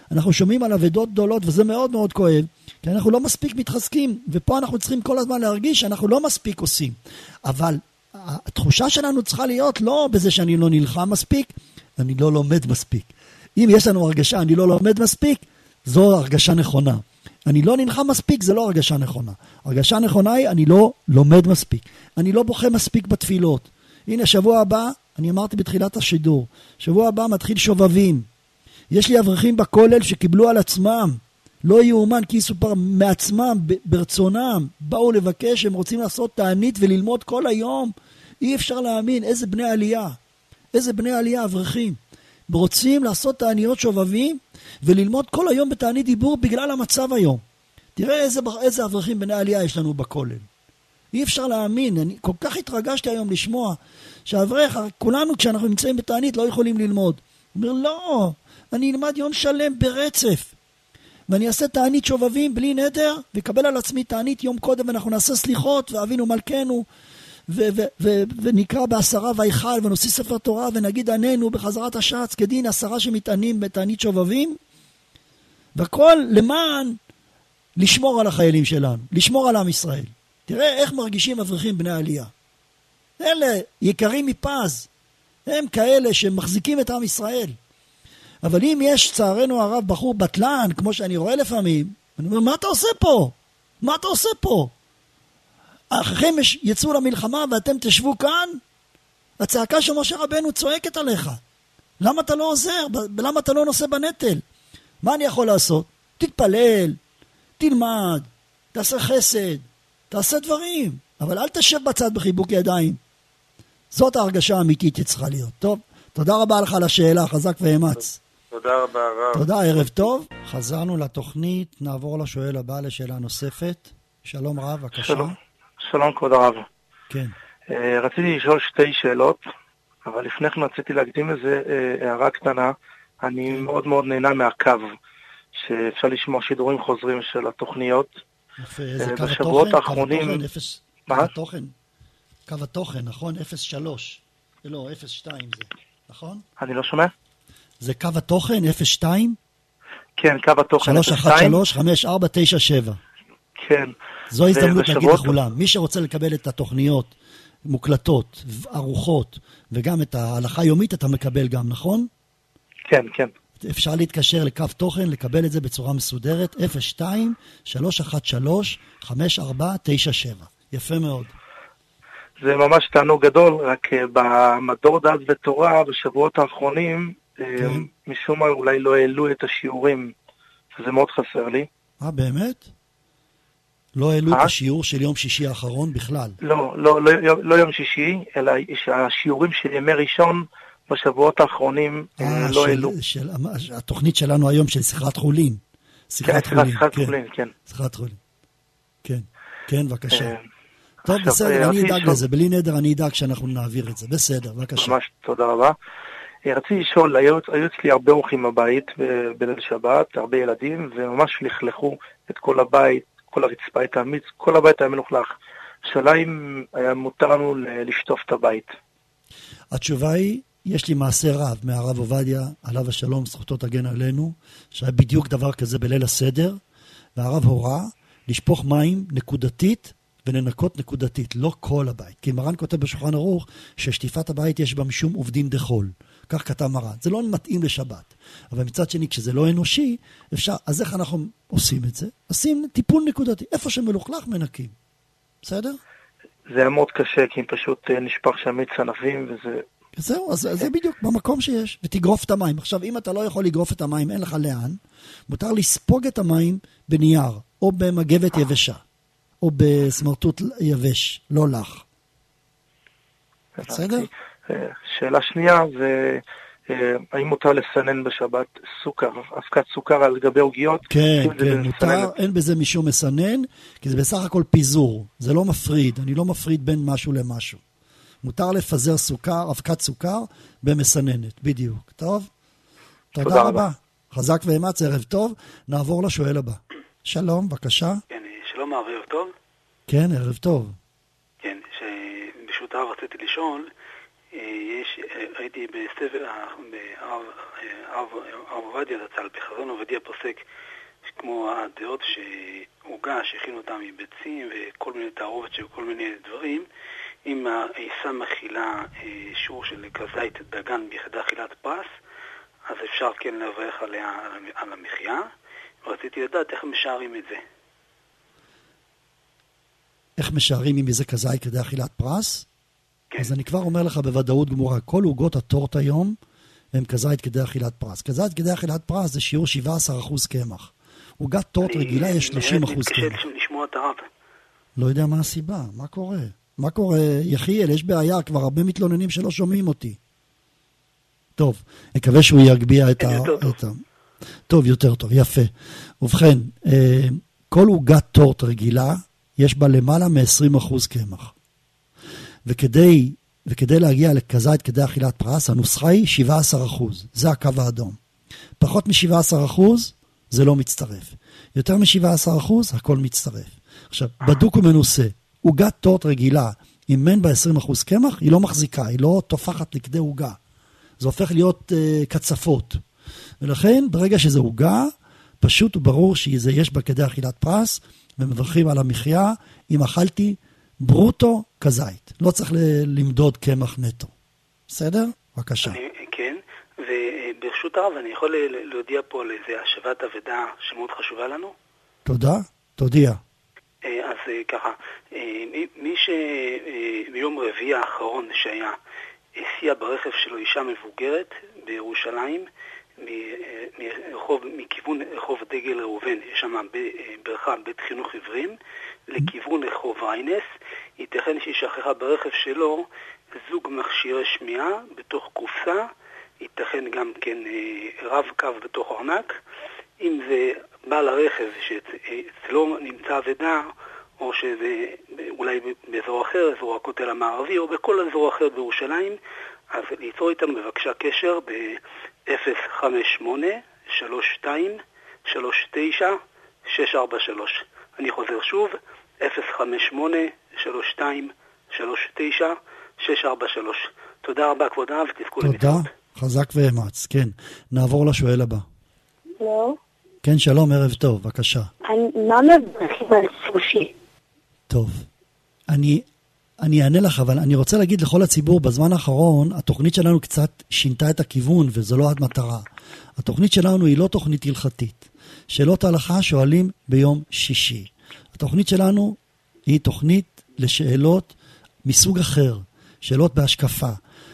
אנחנו שומעים על אבדות גדולות, וזה מאוד מאוד כואב, כי אנחנו לא מספיק מתחזקים, ופה אנחנו צריכים כל הזמן להרגיש שאנחנו לא מספיק עושים. אבל התחושה שלנו צריכה להיות לא בזה שאני לא נלחם מספיק, אני לא לומד מספיק. אם יש לנו הרגשה, אני לא לומד מספיק, זו הרגשה נכונה. אני לא נלחם מספיק, זה לא הרגשה נכונה. הרגשה נכונה היא, אני לא לומד מספיק. אני לא בוכה מספיק בתפילות. הנה, שבוע הבא, אני אמרתי בתחילת השידור, שבוע הבא מתחיל שובבים. יש לי אברכים בכולל שקיבלו על עצמם, לא יאומן כי יסופר מעצמם, ברצונם, באו לבקש, הם רוצים לעשות תענית וללמוד כל היום. אי אפשר להאמין, איזה בני עלייה, איזה בני עלייה אברכים. רוצים לעשות תעניות שובבים, וללמוד כל היום בתענית דיבור בגלל המצב היום. תראה איזה, איזה אברכים בני עלייה יש לנו בכולל. אי אפשר להאמין, אני כל כך התרגשתי היום לשמוע, שהאברך, כולנו כשאנחנו נמצאים בתענית לא יכולים ללמוד. הוא אומר, לא, אני אלמד יום שלם ברצף, ואני אעשה תענית שובבים בלי נדר, ויקבל על עצמי תענית יום קודם, ואנחנו נעשה סליחות, ואבינו מלכנו, ו- ו- ו- ונקרא בעשרה ויכל, ונוציא ספר תורה, ונגיד עננו בחזרת השץ, כדין עשרה שמתענים בתענית שובבים, והכל למען לשמור על החיילים שלנו, לשמור על עם ישראל. תראה איך מרגישים אברכים בני עלייה. אלה יקרים מפז, הם כאלה שמחזיקים את עם ישראל. אבל אם יש צערנו הרב בחור בטלן, כמו שאני רואה לפעמים, אני אומר, מה אתה עושה פה? מה אתה עושה פה? האחיכם יצאו למלחמה ואתם תשבו כאן? הצעקה של משה רבנו צועקת עליך. למה אתה לא עוזר? למה אתה לא נושא בנטל? מה אני יכול לעשות? תתפלל, תלמד, תעשה חסד, תעשה דברים, אבל אל תשב בצד בחיבוק ידיים. זאת ההרגשה האמיתית שצריכה להיות. טוב, תודה רבה לך על השאלה, חזק ואמץ. תודה רבה, רב. תודה, ערב טוב. חזרנו לתוכנית, נעבור לשואל הבא לשאלה נוספת. שלום רב, בבקשה. שלום, שלום כבוד הרב. כן. רציתי לשאול שתי שאלות, אבל לפני כן רציתי להקדים איזה הערה קטנה. אני מאוד מאוד נהנה מהקו, שאפשר לשמוע שידורים חוזרים של התוכניות. יפה, איזה קו בשבועות התוכן? האחרונים... קו התוכן, אפס... מה? קו התוכן. קו התוכן, נכון? אפס שלוש. לא, אפס שתיים זה, נכון? אני לא שומע? זה קו התוכן, אפס שתיים? כן, קו התוכן שלוש אחת שלוש חמש ארבע תשע שבע. כן. זו הזדמנות להגיד ובשבועות... לכולם. מי שרוצה לקבל את התוכניות מוקלטות, ערוכות, וגם את ההלכה היומית אתה מקבל גם, נכון? כן, כן. אפשר להתקשר לקו תוכן, לקבל את זה בצורה מסודרת, אפס שתיים שלוש אחת שלוש חמש ארבע תשע שבע. יפה מאוד. זה ממש תענוג גדול, רק במדור דת ותורה בשבועות האחרונים, כן. משום מה אולי לא העלו את השיעורים, וזה מאוד חסר לי. אה, באמת? לא העלו את השיעור של יום שישי האחרון בכלל? לא, לא, לא, לא יום שישי, אלא השיעורים של ימי ראשון בשבועות האחרונים אה, לא של, העלו. של, התוכנית שלנו היום של שיחת חולין. שיחת חולין, שיחת חולין, כן. שיחת חולין. כן, כן, בבקשה. אה, טוב, עכשיו, בסדר, אני אדאג שואל... לזה, בלי נדר אני אדאג שאנחנו נעביר את זה. בסדר, בבקשה. ממש, תודה רבה. רציתי לשאול, היו, היו אצלי הרבה אורחים בבית בליל שבת, הרבה ילדים, וממש לכלכו את כל הבית, כל הרצפה הייתה מיץ, כל הבית היה מלוכלך. שאלה אם היה מותר לנו לשטוף את הבית. התשובה היא, יש לי מעשה רב מהרב עובדיה, עליו השלום, זכותו תגן עלינו, שהיה בדיוק דבר כזה בליל הסדר, והרב הורה לשפוך מים נקודתית ולנקות נקודתית, לא כל הבית. כי מרן כותב בשולחן ערוך ששטיפת הבית יש בה משום עובדין דחול. כך כתב מרן. זה לא מתאים לשבת. אבל מצד שני, כשזה לא אנושי, אפשר, אז איך אנחנו עושים את זה? עושים טיפול נקודתי. איפה שמלוכלך מנקים. בסדר? זה היה מאוד קשה, כי פשוט נשפך שם מיץ ענבים, וזה... זהו, אז זה בדיוק במקום שיש, ותגרוף את המים. עכשיו, אם אתה לא יכול לגרוף את המים, אין לך לאן, מותר לספוג את המים בנייר, או במגבת יבשה, או בסמרטוט יבש, לא לך. בסדר? שאלה שנייה, זה האם מותר לסנן בשבת סוכר, אבקת סוכר על גבי עוגיות? כן, כן, מותר, אין בזה משום מסנן, כי זה בסך הכל פיזור, זה לא מפריד, אני לא מפריד בין משהו למשהו. מותר לפזר סוכר, אבקת סוכר, במסננת, בדיוק. טוב? תודה, תודה רבה. רבה. חזק ואמץ, ערב טוב. נעבור לשואל הבא. שלום, בבקשה. כן, שלום, ערב טוב. כן, ערב טוב. כן, שברשות הרב רציתי לשאול, יש, ראיתי בספר, הרב עובדיה זצ"ל, בחזון עובדיה פוסק, כמו הדעות שעוגה, שהכינו אותם מביצים וכל מיני תערובת של כל מיני דברים, אם העיסה מכילה שיעור של כזית דגן ביחידה אכילת פרס, אז אפשר כן לברך עליה על המחיה. רציתי לדעת איך משערים את זה. איך משערים אם זה כזית כדי אכילת פרס? כן. אז אני כבר אומר לך בוודאות גמורה, כל עוגות הטורט היום הם כזית כדי אכילת פרס. כזית כדי אכילת פרס זה שיעור שבעה עשר אחוז קמח. עוגת טורט רגילה יש שלושים אחוז קמח. אני מתקשה לשמוע את הרב. לא יודע מה הסיבה, מה קורה? מה קורה? יחיאל, יש בעיה, כבר הרבה מתלוננים שלא שומעים אותי. טוב, מקווה שהוא יגביע את ה... טוב, יותר טוב, יפה. ובכן, כל עוגת טורט רגילה, יש בה למעלה מ-עשרים אחוז קמח. וכדי, וכדי להגיע לכזית כדי אכילת פרס, הנוסחה היא שבעה עשר אחוז. זה הקו האדום. פחות מ-שבעה עשר אחוז, זה לא מצטרף. יותר מ-שבעה עשר אחוז, הכל מצטרף. עכשיו, בדוק ומנוסה, עוגת טורט רגילה, אם אין בה עשרים אחוז קמח, היא לא מחזיקה, היא לא תופחת לכדי עוגה. זה הופך להיות uh, קצפות. ולכן, ברגע שזה עוגה, פשוט וברור שיש בה כדי אכילת פרס, ומברכים על המחיה, אם אכלתי ברוטו כזית. לא צריך למדוד קמח נטו. בסדר? בבקשה. אני, כן, וברשות הרב, אני יכול להודיע פה על איזה השבת אבדה שמאוד חשובה לנו? תודה, תודיע. אז ככה, מי שמיום רביעי האחרון שהיה, הסיע ברכב שלו אישה מבוגרת בירושלים, מרחוב, מכיוון רחוב דגל ראובן, יש שם ברכה בית חינוך עיוורים, לכיוון רחוב ריינס, ייתכן שהיא שכחה ברכב שלו זוג מכשירי שמיעה בתוך קופסה, ייתכן גם כן רב קו בתוך ארנק. אם זה בעל הרכב שאצלו נמצא אבדה, או שזה אולי באזור אחר, אזור הכותל המערבי, או בכל אזור אחר בירושלים, אז ליצור איתנו בבקשה קשר ב-אפס חמש שמונה שלוש שתיים שלוש תשע שש ארבע שלוש. אני חוזר שוב, אפס חמש שמונה שלוש שתיים שלוש תשע שש ארבע שלוש. תודה רבה כבוד הרב, תזכו למצוות. תודה, חזק ואמץ, כן. נעבור לשואל הבא. לא. כן, שלום, ערב טוב, בבקשה. מה מברכים על סושי? טוב, אני, אני אענה לך, אבל אני רוצה להגיד לכל הציבור, בזמן האחרון, התוכנית שלנו קצת שינתה את הכיוון, וזו לא עד מטרה. התוכנית שלנו היא לא תוכנית הלכתית. שאלות ההלכה שואלים ביום שישי. התוכנית שלנו היא תוכנית לשאלות מסוג אחר, שאלות בהשקפה.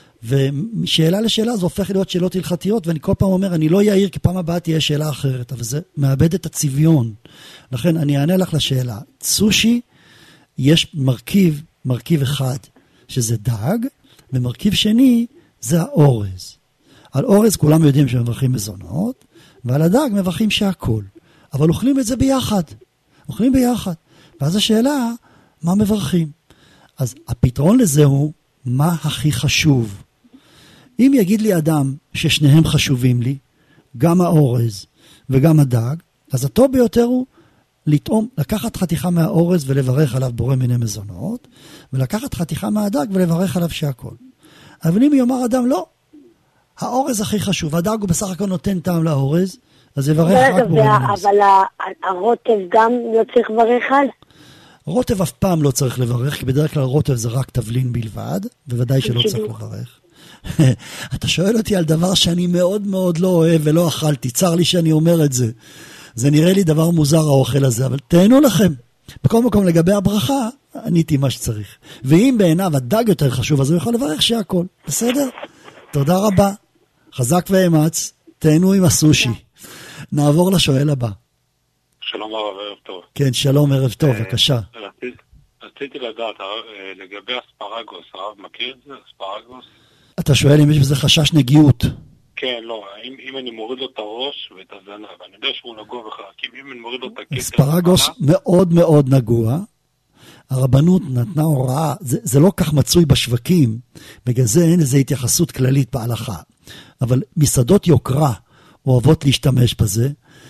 ושאלה לשאלה זה הופך להיות שאלות הלכתיות, ואני כל פעם אומר, אני לא יעיר כי פעם הבאה תהיה שאלה אחרת, אבל זה מאבד את הצביון. לכן אני אענה לך לשאלה. סושי, יש מרכיב, מרכיב אחד, שזה דג, ומרכיב שני, זה האורז. על אורז כולם יודעים שמברכים מזונות, ועל הדג מברכים שהכל. אבל אוכלים את זה ביחד. אוכלים ביחד. ואז השאלה, מה מברכים? אז הפתרון לזה הוא, מה הכי חשוב? אם יגיד לי אדם ששניהם חשובים לי, גם האורז וגם הדג, אז הטוב ביותר הוא לטעום, לקחת חתיכה מהאורז ולברך עליו בורא מיני מזונות, ולקחת חתיכה מהדג ולברך עליו שהכל. אבל אם יאמר אדם, לא, האורז הכי חשוב, הדג הוא בסך הכל נותן טעם לאורז, אז יברך רק בורא מיני מזונות. אבל הרוטב גם לא צריך לברך על? רוטב אף פעם לא צריך לברך, כי בדרך כלל רוטב זה רק תבלין בלבד, בוודאי שלא צריך לברך. אתה שואל אותי על דבר שאני מאוד מאוד לא אוהב ולא אכלתי, צר לי שאני אומר את זה. זה נראה לי דבר מוזר האוכל הזה, אבל תהנו לכם. בכל מקום לגבי הברכה, עניתי מה שצריך. ואם בעיניו הדג יותר חשוב, אז הוא יכול לברך שהכל. בסדר? תודה רבה. חזק ואמץ, תהנו עם הסושי. נעבור לשואל הבא. שלום הרב, ערב טוב. כן, שלום, ערב טוב, בבקשה. רציתי לדעת, לגבי אספרגוס, הרב מכיר את זה, אספרגוס? אתה שואל אם יש בזה חשש נגיעות. כן, לא, אם, אם אני מוריד לו את הראש ואת הזנב, אני יודע שהוא נגוע בחלקים, אם אני מוריד לו את הכתר... אספרגוס מאוד מאוד נגוע, הרבנות נתנה הוראה, זה, זה לא כך מצוי בשווקים, בגלל זה אין איזו התייחסות כללית בהלכה, אבל מסעדות יוקרה אוהבות להשתמש בזה,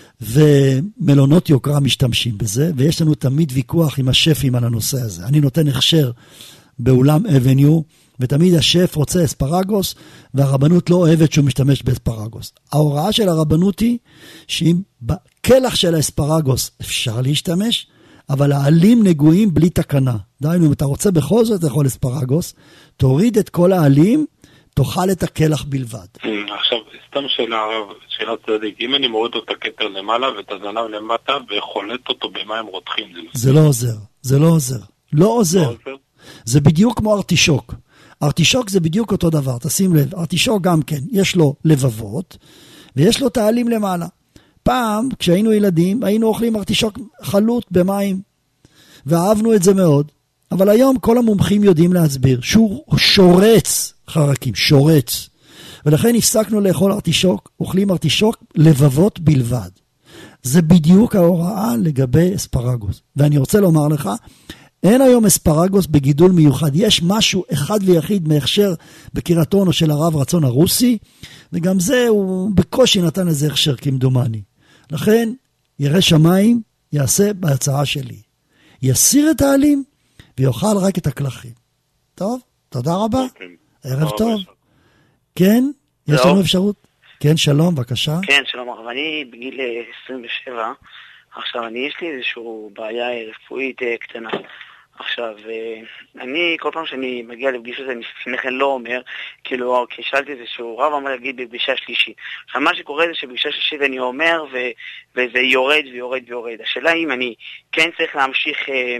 ומלונות יוקרה משתמשים בזה, ויש לנו תמיד ויכוח עם השפים על הנושא הזה. אני נותן הכשר באולם אבניו, ותמיד השף רוצה אספרגוס, והרבנות לא אוהבת שהוא משתמש באספרגוס. ההוראה של הרבנות היא, שאם בקלח של האספרגוס אפשר להשתמש, אבל העלים נגועים בלי תקנה. דיינו, אם אתה רוצה בכל זאת לאכול אספרגוס, תוריד את כל העלים, תאכל את הקלח בלבד. עכשיו, סתם שאלה, הרב, שאלה צדיק, אם אני מוריד את הכתר למעלה ואת הזנב למטה וחולט אותו במים רותחים, זה לא עוזר, זה לא עוזר, לא עוזר. זה בדיוק כמו ארטישוק. ארטישוק זה בדיוק אותו דבר, תשים לב, ארטישוק גם כן, יש לו לבבות, ויש לו תעלים למעלה. פעם, כשהיינו ילדים, היינו אוכלים ארטישוק חלוט במים, ואהבנו את זה מאוד. אבל היום כל המומחים יודעים להסביר שהוא שורץ חרקים, שורץ. ולכן הפסקנו לאכול ארטישוק, אוכלים ארטישוק לבבות בלבד. זה בדיוק ההוראה לגבי אספרגוס. ואני רוצה לומר לך, אין היום אספרגוס בגידול מיוחד. יש משהו אחד ויחיד מהכשר בקריית אונו של הרב רצון הרוסי, וגם זה הוא בקושי נתן איזה הכשר כמדומני. לכן, ירא שמיים יעשה בהצעה שלי. יסיר את העלים, ויאכל רק את הקלחים. טוב, תודה רבה. ערב טוב. כן, יש לנו אפשרות. כן, שלום, בבקשה. כן, שלום הרב. אני בגיל עשרים ושבע. עכשיו, אני יש לי איזושהי בעיה רפואית קטנה. עכשיו, אני כל פעם שאני מגיע לפגישות, אני לפני כן לא אומר, כאילו, כי שאלתי איזשהו רב אמר להגיד בפגישה שלישית. עכשיו, מה שקורה זה שבפגישה שלישית אני אומר, וזה יורד ויורד ויורד. השאלה אם אני כן צריך להמשיך...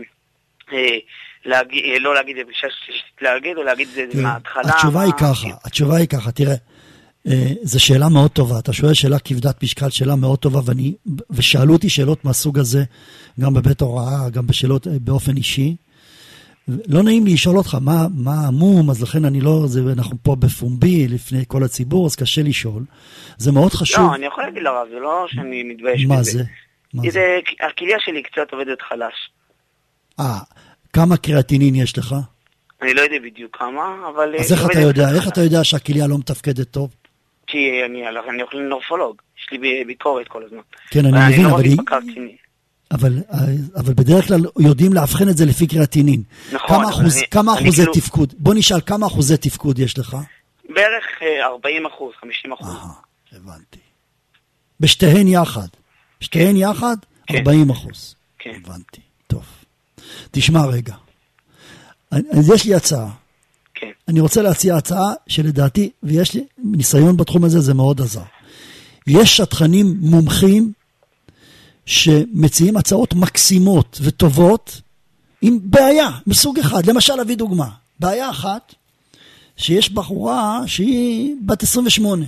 להגיד, לא להגיד בפגישה שלישית, להגיד או להגיד את זה מההתחלה. התשובה היא ככה, התשובה היא ככה, תראה, זו שאלה מאוד טובה, אתה שואל שאלה כבדת משקל, שאלה מאוד טובה, ואני, ושאלו אותי שאלות מהסוג הזה, גם בבית הוראה, גם בשאלות באופן אישי, לא נעים לי לשאול אותך מה, מה המום, אז לכן אני לא, זה, אנחנו פה בפומבי לפני כל הציבור, אז קשה לשאול, זה מאוד חשוב. לא, אני יכול להגיד לרב, זה לא שאני מתבייש מה בזה. זה? מה זה? הכליה שלי קצת עובדת חלש. אה, כמה קריאטינין יש לך? אני לא יודע בדיוק כמה, אבל... אז איך אתה יודע? איך אתה יודע שהכליה לא מתפקדת טוב? כי אני, אני אוכל נורפולוג, יש לי ביקורת כל הזמן. כן, אני מבין, אבל היא... אבל, אבל בדרך כלל יודעים להבחן את זה לפי קריאטינין. נכון. כמה, אחוז, אני, כמה אני אחוזי כאילו... תפקוד? בוא נשאל, כמה אחוזי תפקוד יש לך? בערך ארבעים אחוז, חמישים אחוז. אה, הבנתי. בשתיהן יחד. שתיהן יחד, כן. ארבעים אחוז. כן. הבנתי. טוב. תשמע רגע. אז יש לי הצעה. כן. אני רוצה להציע הצעה שלדעתי, ויש לי ניסיון בתחום הזה, זה מאוד עזר. יש שטחנים מומחים שמציעים הצעות מקסימות וטובות עם בעיה מסוג אחד. למשל, אביא דוגמה. בעיה אחת, שיש בחורה שהיא בת עשרים ושמונה.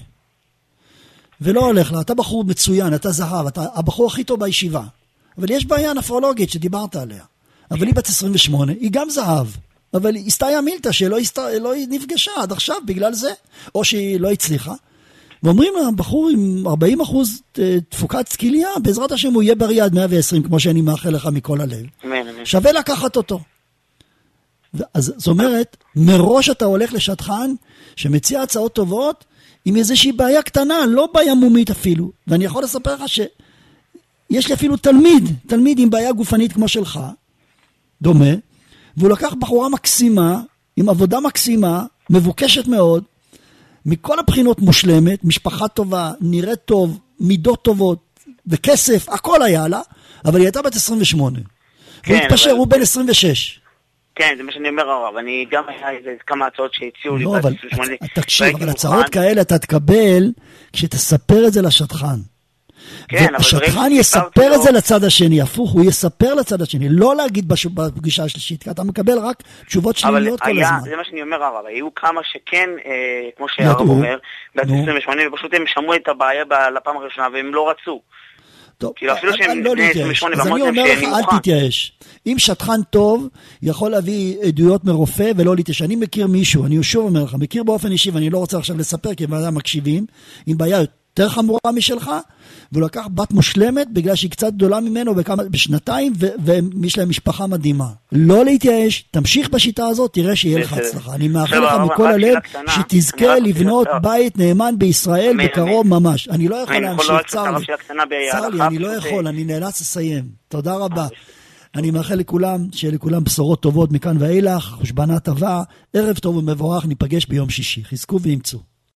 ולא הולך לה, אתה בחור מצוין, אתה זהב, אתה הבחור הכי טוב בישיבה. אבל יש בעיה נפרולוגית שדיברת עליה. אבל היא בת עשרים ושמונה, היא גם זהב. אבל היא הסתיה מילתה שלא הסתיה, לא נפגשה עד עכשיו בגלל זה, או שהיא לא הצליחה. ואומרים לה, בחור עם ארבעים אחוז תפוקת כליה, בעזרת השם הוא יהיה בריא עד מאה ועשרים, כמו שאני מאחל לך מכל הלב. שווה לקחת אותו. אז זאת אומרת, מראש אתה הולך לשטחן, שמציע הצעות טובות, עם איזושהי בעיה קטנה, לא בעיה מומית אפילו. ואני יכול לספר לך שיש לי אפילו תלמיד, תלמיד עם בעיה גופנית כמו שלך, דומה, והוא לקח בחורה מקסימה, עם עבודה מקסימה, מבוקשת מאוד, מכל הבחינות מושלמת, משפחה טובה, נראית טוב, מידות טובות, וכסף, הכל היה לה, אבל היא הייתה בת עשרים ושמונה. כן, הוא התפשר, אבל... הוא בן עשרים ושש. כן, זה מה שאני אומר הרב, אני גם היה איזה כמה הצעות שהציעו לי בת עשרים ושמונה. תקשיב, אבל הצעות כאלה אתה תקבל, כשתספר את זה לשטחן. כן, והשטחן יספר את זה לצד השני, הפוך, הוא יספר לצד השני, לא להגיד בפגישה השלישית, כי אתה מקבל רק תשובות שליליות כל הזמן. זה מה שאני אומר הרב, היו כמה שכן, כמו שהרב אומר, בת עשרים ושמונה, ופשוט הם שמעו את הבעיה לפעם הראשונה, והם לא רצו. טוב, לא להתייאש, אז אני אומר לך, אל תתייאש. אם שטחן טוב, יכול להביא עדויות מרופא ולא להתייאש. אני מכיר מישהו, אני שוב אומר לך, מכיר באופן אישי, ואני לא רוצה עכשיו לספר, כי הם מקשיבים, עם בעיה יותר חמורה משלך, והוא לקח בת מושלמת, בגלל שהיא קצת גדולה ממנו בכמה, בשנתיים, ויש להם משפחה מדהימה. לא להתייאש, תמשיך בשיטה הזאת, תראה שיהיה לך הצלחה. אני מאחל לך מכל הלב, שתזכה לבנות בית נאמן בישראל בקרוב ממש. אני לא יכול להמשיך, צר לי. צר לי, אני לא יכול, אני נאלץ לסיים. תודה רבה. אני מאחל לכולם, שיהיה לכולם בשורות טובות מכאן ואילך, חושבנה טובה, ערב טוב ומבורך, ניפגש ביום שישי. חזקו ואמצו.